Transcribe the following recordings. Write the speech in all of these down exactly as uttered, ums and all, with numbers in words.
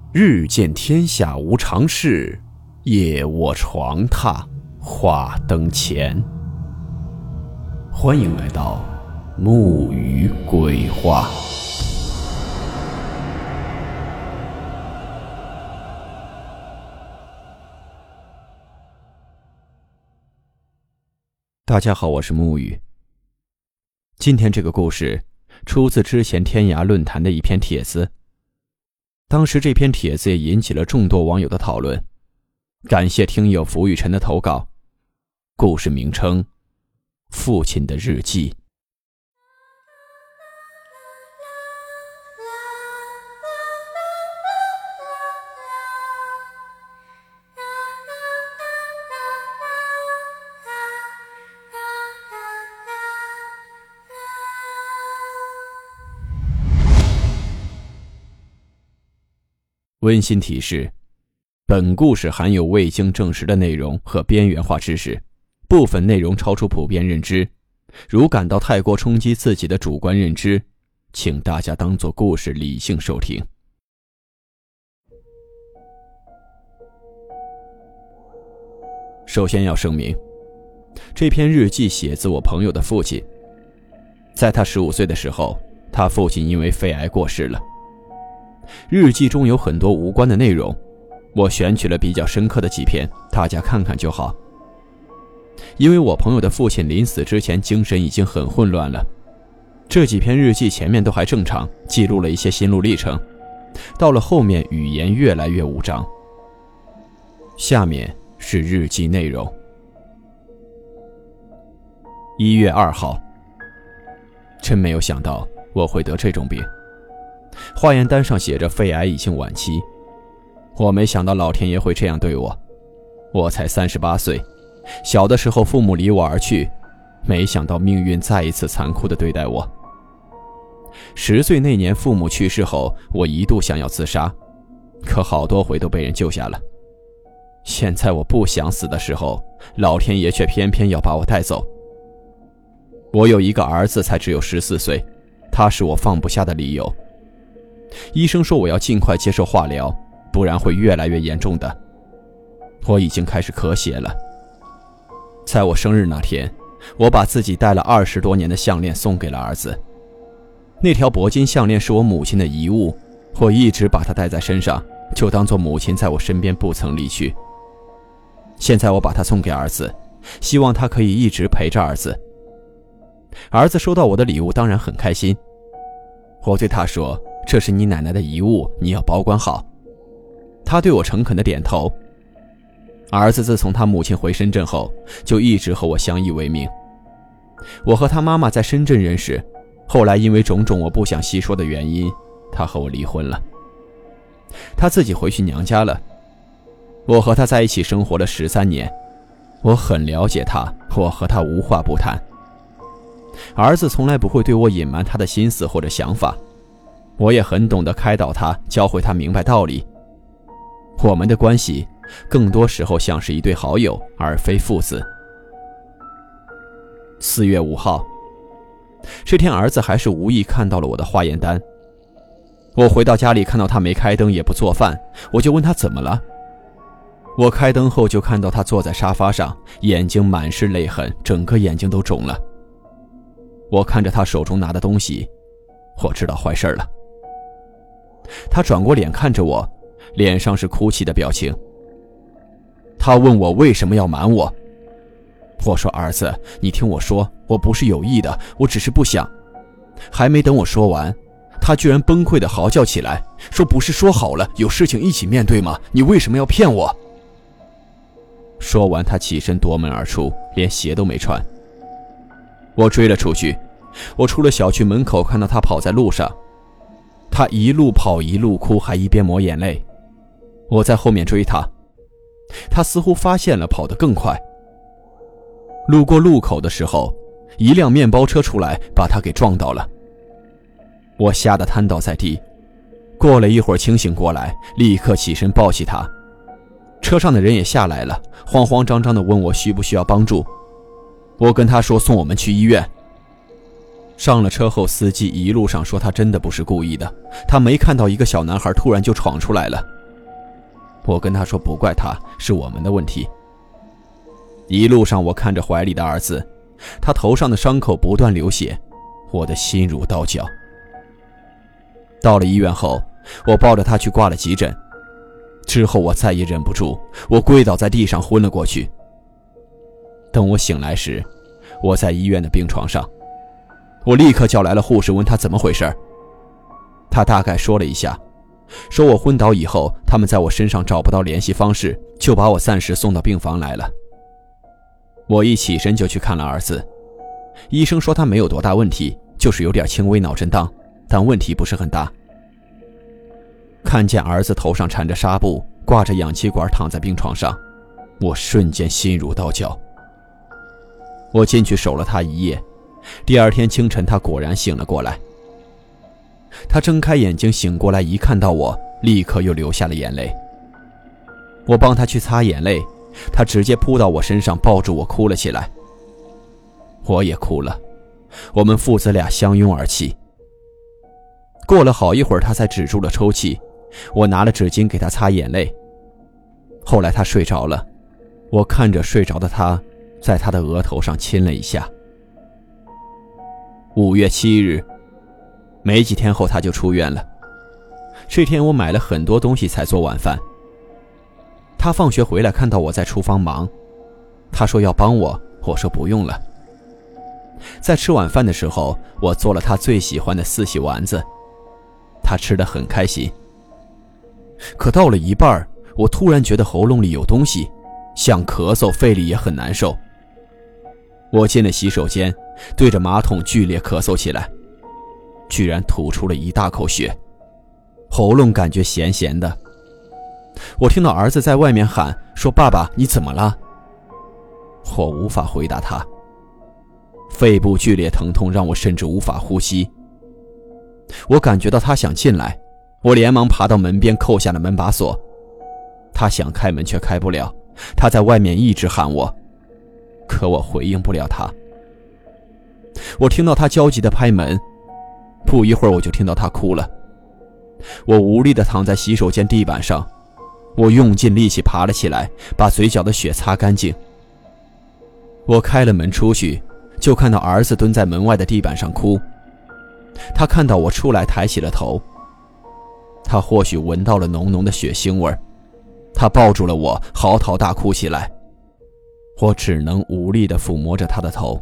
日见天下无常事，夜卧床榻话灯前。欢迎来到木鱼鬼话。大家好，我是木鱼。今天这个故事出自之前天涯论坛的一篇帖子，当时这篇帖子也引起了众多网友的讨论。感谢听友浮雨晨的投稿，故事名称：父亲的日记。温馨提示：本故事含有未经证实的内容和边缘化知识，部分内容超出普遍认知，如感到太过冲击自己的主观认知，请大家当作故事理性收听。首先要声明，这篇日记写自我朋友的父亲。在他十五岁的时候，他父亲因为肺癌过世了。日记中有很多无关的内容，我选取了比较深刻的几篇，大家看看就好。因为我朋友的父亲临死之前精神已经很混乱了，这几篇日记前面都还正常，记录了一些心路历程，到了后面语言越来越无章。下面是日记内容。一月二号，真没有想到我会得这种病。化验单上写着肺癌已经晚期，我没想到老天爷会这样对我。我才三十八岁，小的时候父母离我而去，没想到命运再一次残酷地对待我。十岁那年父母去世后，我一度想要自杀，可好多回都被人救下了。现在我不想死的时候，老天爷却偏偏要把我带走。我有一个儿子，才只有十四岁，他是我放不下的理由。医生说我要尽快接受化疗，不然会越来越严重的。我已经开始咳血了。在我生日那天，我把自己戴了二十多年的项链送给了儿子。那条铂金项链是我母亲的遗物，我一直把它戴在身上，就当作母亲在我身边不曾离去。现在我把它送给儿子，希望他可以一直陪着儿子。儿子收到我的礼物当然很开心。我对他说，这是你奶奶的遗物，你要保管好。他对我诚恳地点头。儿子自从他母亲回深圳后，就一直和我相依为命。我和他妈妈在深圳认识，后来因为种种我不想细说的原因，他和我离婚了。他自己回去娘家了。我和他在一起生活了十三年，我很了解他，我和他无话不谈。儿子从来不会对我隐瞒他的心思或者想法，我也很懂得开导他，教会他明白道理。我们的关系更多时候像是一对好友，而非父子。四月五号，这天儿子还是无意看到了我的化验单。我回到家里看到他没开灯也不做饭，我就问他怎么了。我开灯后就看到他坐在沙发上，眼睛满是泪痕，整个眼睛都肿了。我看着他手中拿的东西，我知道坏事了。他转过脸看着我，脸上是哭泣的表情。他问我为什么要瞒我。我说，儿子，你听我说，我不是有意的，我只是不想。还没等我说完，他居然崩溃地嚎叫起来，说不是说好了有事情一起面对吗？你为什么要骗我？说完他起身夺门而出，连鞋都没穿。我追了出去，我出了小区门口，看到他跑在路上，他一路跑一路哭，还一边抹眼泪。我在后面追他，他似乎发现了，跑得更快。路过路口的时候，一辆面包车出来，把他给撞到了。我吓得瘫倒在地，过了一会儿清醒过来，立刻起身抱起他。车上的人也下来了，慌慌张张地问我需不需要帮助。我跟他说送我们去医院。上了车后，司机一路上说他真的不是故意的，他没看到一个小男孩突然就闯出来了， 我跟他说不怪他，是我们的问题。一路上我看着怀里的儿子，他头上的伤口不断流血，我的心如刀绞。到了医院后，我抱着他去挂了急诊。之后我再也忍不住，我跪倒在地上昏了过去。等我醒来时，我在医院的病床上，我立刻叫来了护士，问他怎么回事。他大概说了一下，说我昏倒以后，他们在我身上找不到联系方式，就把我暂时送到病房来了。我一起身就去看了儿子，医生说他没有多大问题，就是有点轻微脑震荡，但问题不是很大。看见儿子头上缠着纱布，挂着氧气管躺在病床上，我瞬间心如刀绞。我进去守了他一夜，第二天清晨他果然醒了过来。他睁开眼睛醒过来，一看到我，立刻又流下了眼泪。我帮他去擦眼泪，他直接扑到我身上，抱住我哭了起来。我也哭了，我们父子俩相拥而泣。过了好一会儿，他才止住了抽泣，我拿了纸巾给他擦眼泪。后来他睡着了，我看着睡着的他，在他的额头上亲了一下。五月七日，没几天后他就出院了。这天我买了很多东西才做晚饭。他放学回来看到我在厨房忙，他说要帮我，我说不用了。在吃晚饭的时候，我做了他最喜欢的四喜丸子，他吃得很开心。可到了一半，我突然觉得喉咙里有东西，想咳嗽，肺里也很难受。我进了洗手间，对着马桶剧烈咳嗽起来，居然吐出了一大口血，喉咙感觉咸咸的。我听到儿子在外面喊说：“爸爸，你怎么了？”我无法回答他，肺部剧烈疼痛让我甚至无法呼吸。我感觉到他想进来，我连忙爬到门边扣下了门把锁。他想开门却开不了，他在外面一直喊我，可我回应不了他。我听到他焦急地拍门，不一会儿我就听到他哭了。我无力地躺在洗手间地板上，我用尽力气爬了起来，把嘴角的血擦干净。我开了门出去，就看到儿子蹲在门外的地板上哭。他看到我出来，抬起了头。他或许闻到了浓浓的血腥味，他抱住了我，嚎啕大哭起来。我只能无力地抚摸着他的头。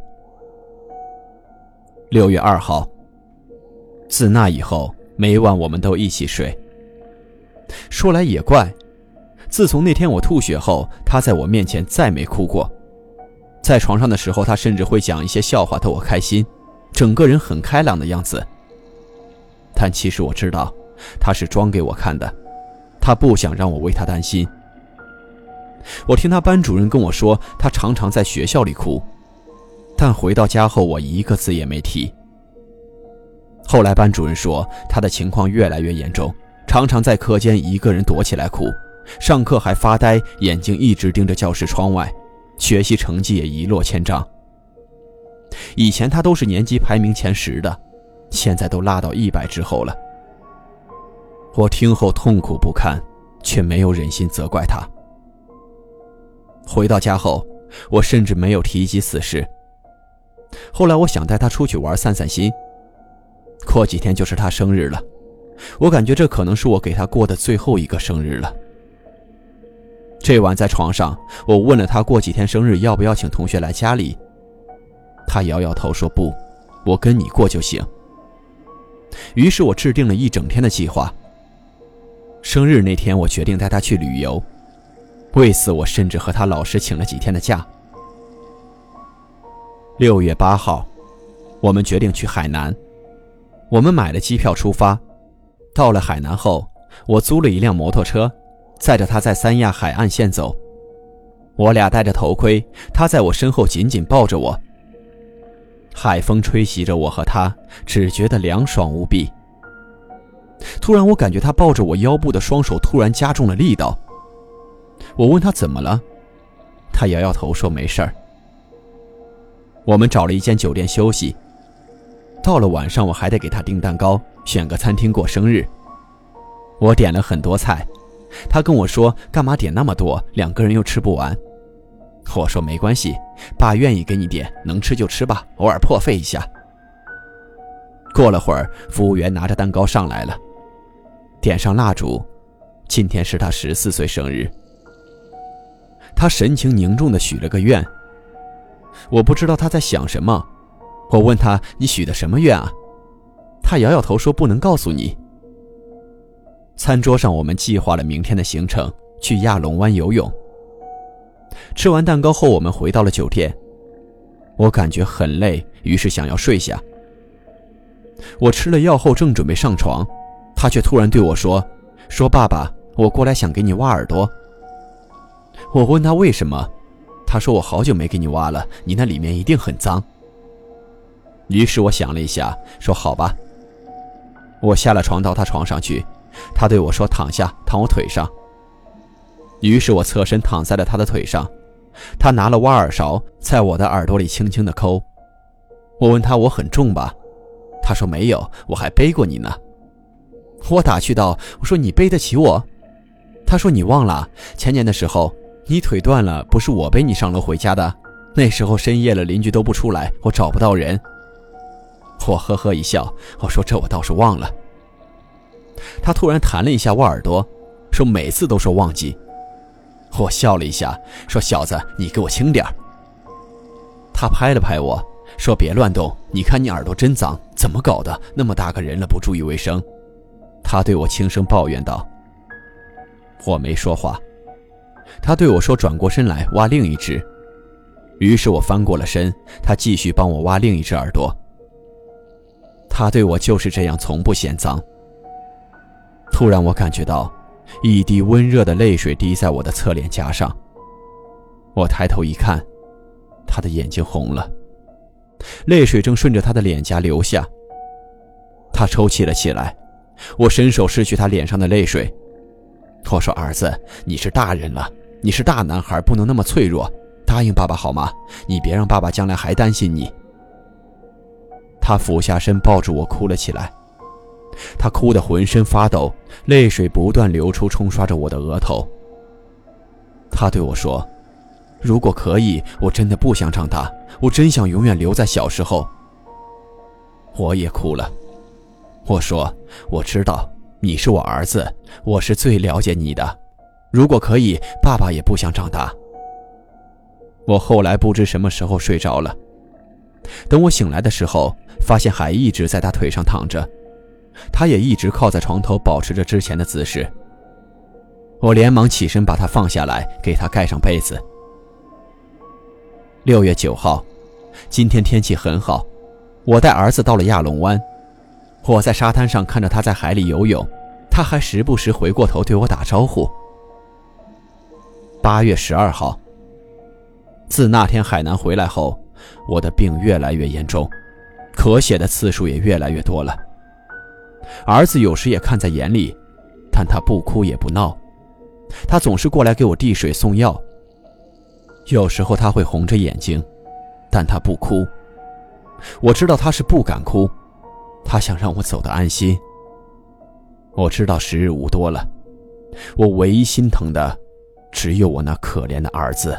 六月二号，自那以后，每晚我们都一起睡。说来也怪，自从那天我吐血后，他在我面前再没哭过。在床上的时候，他甚至会讲一些笑话逗我开心，整个人很开朗的样子。但其实我知道，他是装给我看的，他不想让我为他担心。我听他班主任跟我说，他常常在学校里哭，但回到家后我一个字也没提。后来班主任说，他的情况越来越严重，常常在课间一个人躲起来哭，上课还发呆，眼睛一直盯着教室窗外，学习成绩也一落千丈。以前他都是年级排名前十的，现在都落到一百之后了。我听后痛苦不堪，却没有忍心责怪他。回到家后，我甚至没有提及此事。后来我想带他出去玩散散心，过几天就是他生日了，我感觉这可能是我给他过的最后一个生日了。这晚在床上，我问了他过几天生日要不要请同学来家里，他摇摇头说不，我跟你过就行。于是我制定了一整天的计划。生日那天我决定带他去旅游，为此我甚至和他老师请了几天的假。六月八号，我们决定去海南，我们买了机票出发。到了海南后，我租了一辆摩托车，载着他在三亚海岸线走。我俩戴着头盔，他在我身后紧紧抱着我。海风吹袭着我和他，只觉得凉爽无比。突然我感觉他抱着我腰部的双手突然加重了力道。我问他怎么了，他摇摇头说没事儿。我们找了一间酒店休息。到了晚上，我还得给他订蛋糕，选个餐厅过生日。我点了很多菜， 他跟我说干嘛点那么多，两个人又吃不完。我说没关系，爸愿意给你点，能吃就吃吧，偶尔破费一下。过了会儿，服务员拿着蛋糕上来了，点上蜡烛，今天是他十四岁生日。他神情凝重地许了个愿，我不知道他在想什么。我问他，你许的什么愿啊？他摇摇头说不能告诉你。餐桌上我们计划了明天的行程，去亚龙湾游泳。吃完蛋糕后，我们回到了酒店。我感觉很累，于是想要睡下。我吃了药后正准备上床，他却突然对我说说爸爸，我过来想给你挖耳朵。我问他为什么，他说我好久没给你挖了，你那里面一定很脏。于是我想了一下，说好吧。我下了床到他床上去，他对我说躺下，躺我腿上。于是我侧身躺在了他的腿上，他拿了挖耳勺在我的耳朵里轻轻地抠。我问他我很重吧，他说没有，我还背过你呢。我打趣道，我说你背得起我？他说你忘了，前年的时候你腿断了，不是我背你上楼回家的，那时候深夜了，邻居都不出来，我找不到人。我呵呵一笑，我说这我倒是忘了。他突然弹了一下我耳朵，说每次都说忘记。我笑了一下，说小子，你给我轻点儿。他拍了拍我，说别乱动，你看你耳朵真脏，怎么搞的，那么大个人了不注意卫生。他对我轻声抱怨道。我没说话。他对我说转过身来挖另一只。于是我翻过了身，他继续帮我挖另一只耳朵。他对我就是这样从不嫌脏。突然我感觉到一滴温热的泪水滴在我的侧脸颊上。我抬头一看，他的眼睛红了，泪水正顺着他的脸颊流下。他抽泣了起来，我伸手拭去他脸上的泪水。我说儿子，你是大人了，你是大男孩，不能那么脆弱，答应爸爸好吗？你别让爸爸将来还担心你。他俯下身抱住我哭了起来，他哭得浑身发抖，泪水不断流出，冲刷着我的额头。他对我说，如果可以，我真的不想长大，我真想永远留在小时候。我也哭了。我说，我知道你是我儿子，我是最了解你的，如果可以，爸爸也不想长大。我后来不知什么时候睡着了，等我醒来的时候，发现还一直在他腿上躺着，他也一直靠在床头，保持着之前的姿势。我连忙起身把他放下来，给他盖上被子。六月九号，今天天气很好，我带儿子到了亚龙湾。我在沙滩上看着他在海里游泳，他还时不时回过头对我打招呼。八月十二号，自那天海南回来后，我的病越来越严重，咳血的次数也越来越多了。儿子有时也看在眼里，但他不哭也不闹，他总是过来给我递水送药。有时候他会红着眼睛，但他不哭。我知道他是不敢哭，他想让我走得安心。我知道时日无多了，我唯一心疼的只有我那可怜的儿子。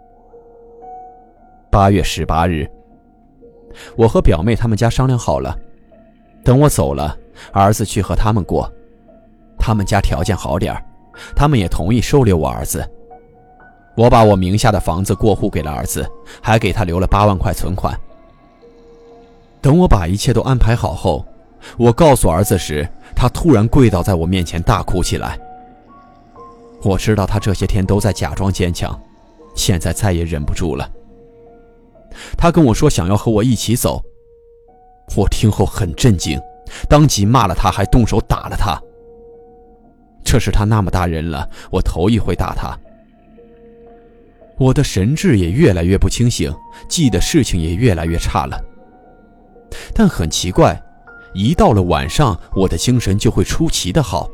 八月十八日，我和表妹他们家商量好了，等我走了，儿子去和他们过。他们家条件好点儿，他们也同意收留我儿子。我把我名下的房子过户给了儿子，还给他留了八万块存款。等我把一切都安排好后，我告诉儿子时，他突然跪倒在我面前大哭起来。我知道他这些天都在假装坚强，现在再也忍不住了。他跟我说想要和我一起走，我听后很震惊，当即骂了他，还动手打了他。这是他那么大人了，我头一回打他。我的神志也越来越不清醒，记的事情也越来越差了。但很奇怪，一到了晚上，我的精神就会出奇的好。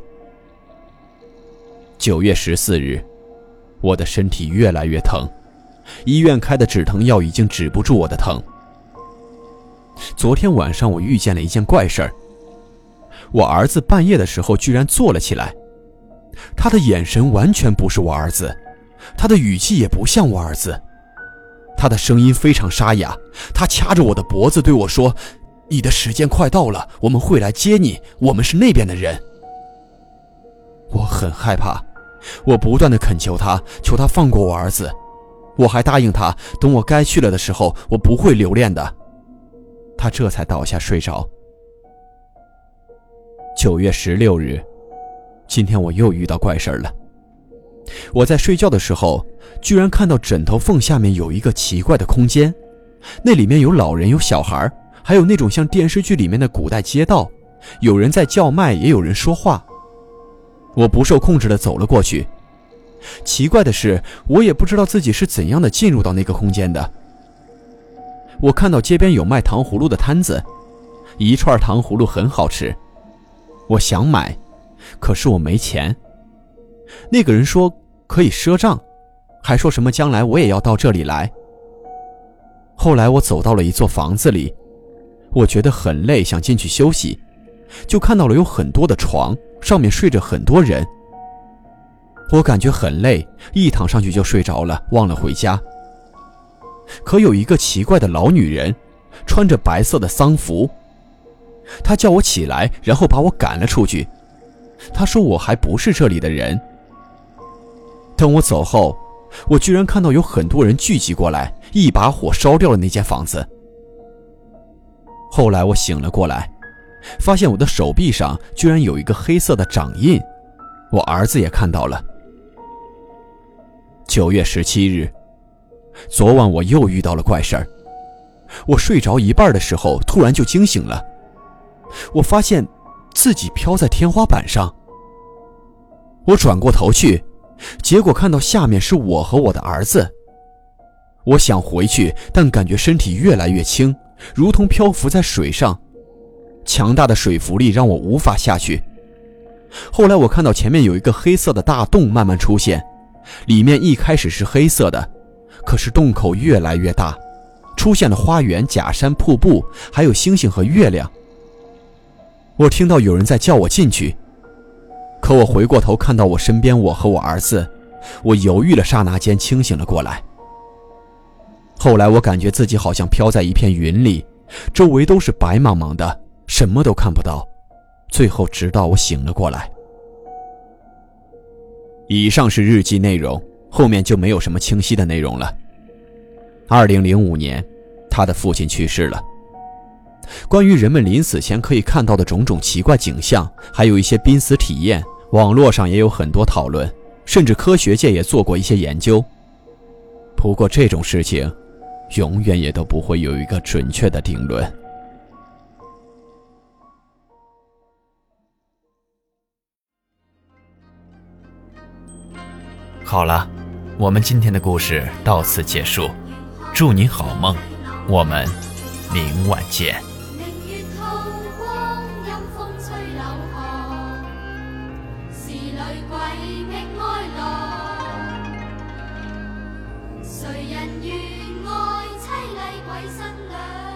九月十四日，我的身体越来越疼，医院开的止疼药已经止不住我的疼。昨天晚上我遇见了一件怪事儿，我儿子半夜的时候居然坐了起来， 他的眼神完全不是我儿子，他的语气也不像我儿子，他的声音非常沙哑，他掐着我的脖子对我说：你的时间快到了，我们会来接你，我们是那边的人。我很害怕，我不断地恳求他，求他放过我儿子，我还答应他，等我该去了的时候，我不会留恋的。他这才倒下睡着。九月十六日，今天我又遇到怪事了。我在睡觉的时候，居然看到枕头缝下面有一个奇怪的空间，那里面有老人，有小孩，还有那种像电视剧里面的古代街道，有人在叫卖，也有人说话。我不受控制地走了过去。奇怪的是，我也不知道自己是怎样的进入到那个空间的。我看到街边有卖糖葫芦的摊子，一串糖葫芦很好吃，我想买，可是我没钱。那个人说可以赊账，还说什么将来我也要到这里来。后来我走到了一座房子里，我觉得很累，想进去休息，就看到了有很多的床，上面睡着很多人。我感觉很累，一躺上去就睡着了，忘了回家。可有一个奇怪的老女人，穿着白色的丧服，她叫我起来，然后把我赶了出去。她说我还不是这里的人。等我走后，我居然看到有很多人聚集过来，一把火烧掉了那间房子。后来我醒了过来，发现我的手臂上居然有一个黑色的掌印，我儿子也看到了。九月十七日，昨晚我又遇到了怪事儿。我睡着一半的时候，突然就惊醒了。我发现自己飘在天花板上。我转过头去，结果看到下面是我和我的儿子。我想回去，但感觉身体越来越轻，如同漂浮在水上。强大的水浮力让我无法下去。后来我看到前面有一个黑色的大洞慢慢出现，里面一开始是黑色的，可是洞口越来越大，出现了花园、假山、瀑布，还有星星和月亮。我听到有人在叫我进去，可我回过头看到我身边我和我儿子，我犹豫了刹那间清醒了过来。后来我感觉自己好像飘在一片云里，周围都是白茫茫的，什么都看不到，最后直到我醒了过来。以上是日记内容，后面就没有什么清晰的内容了。二零零五年，他的父亲去世了。关于人们临死前可以看到的种种奇怪景象，还有一些濒死体验，网络上也有很多讨论，甚至科学界也做过一些研究。不过这种事情，永远也都不会有一个准确的定论。 好了，我们今天的故事到此结束，祝您好梦，我们明晚见。 谁人愿爱凄厉鬼新娘？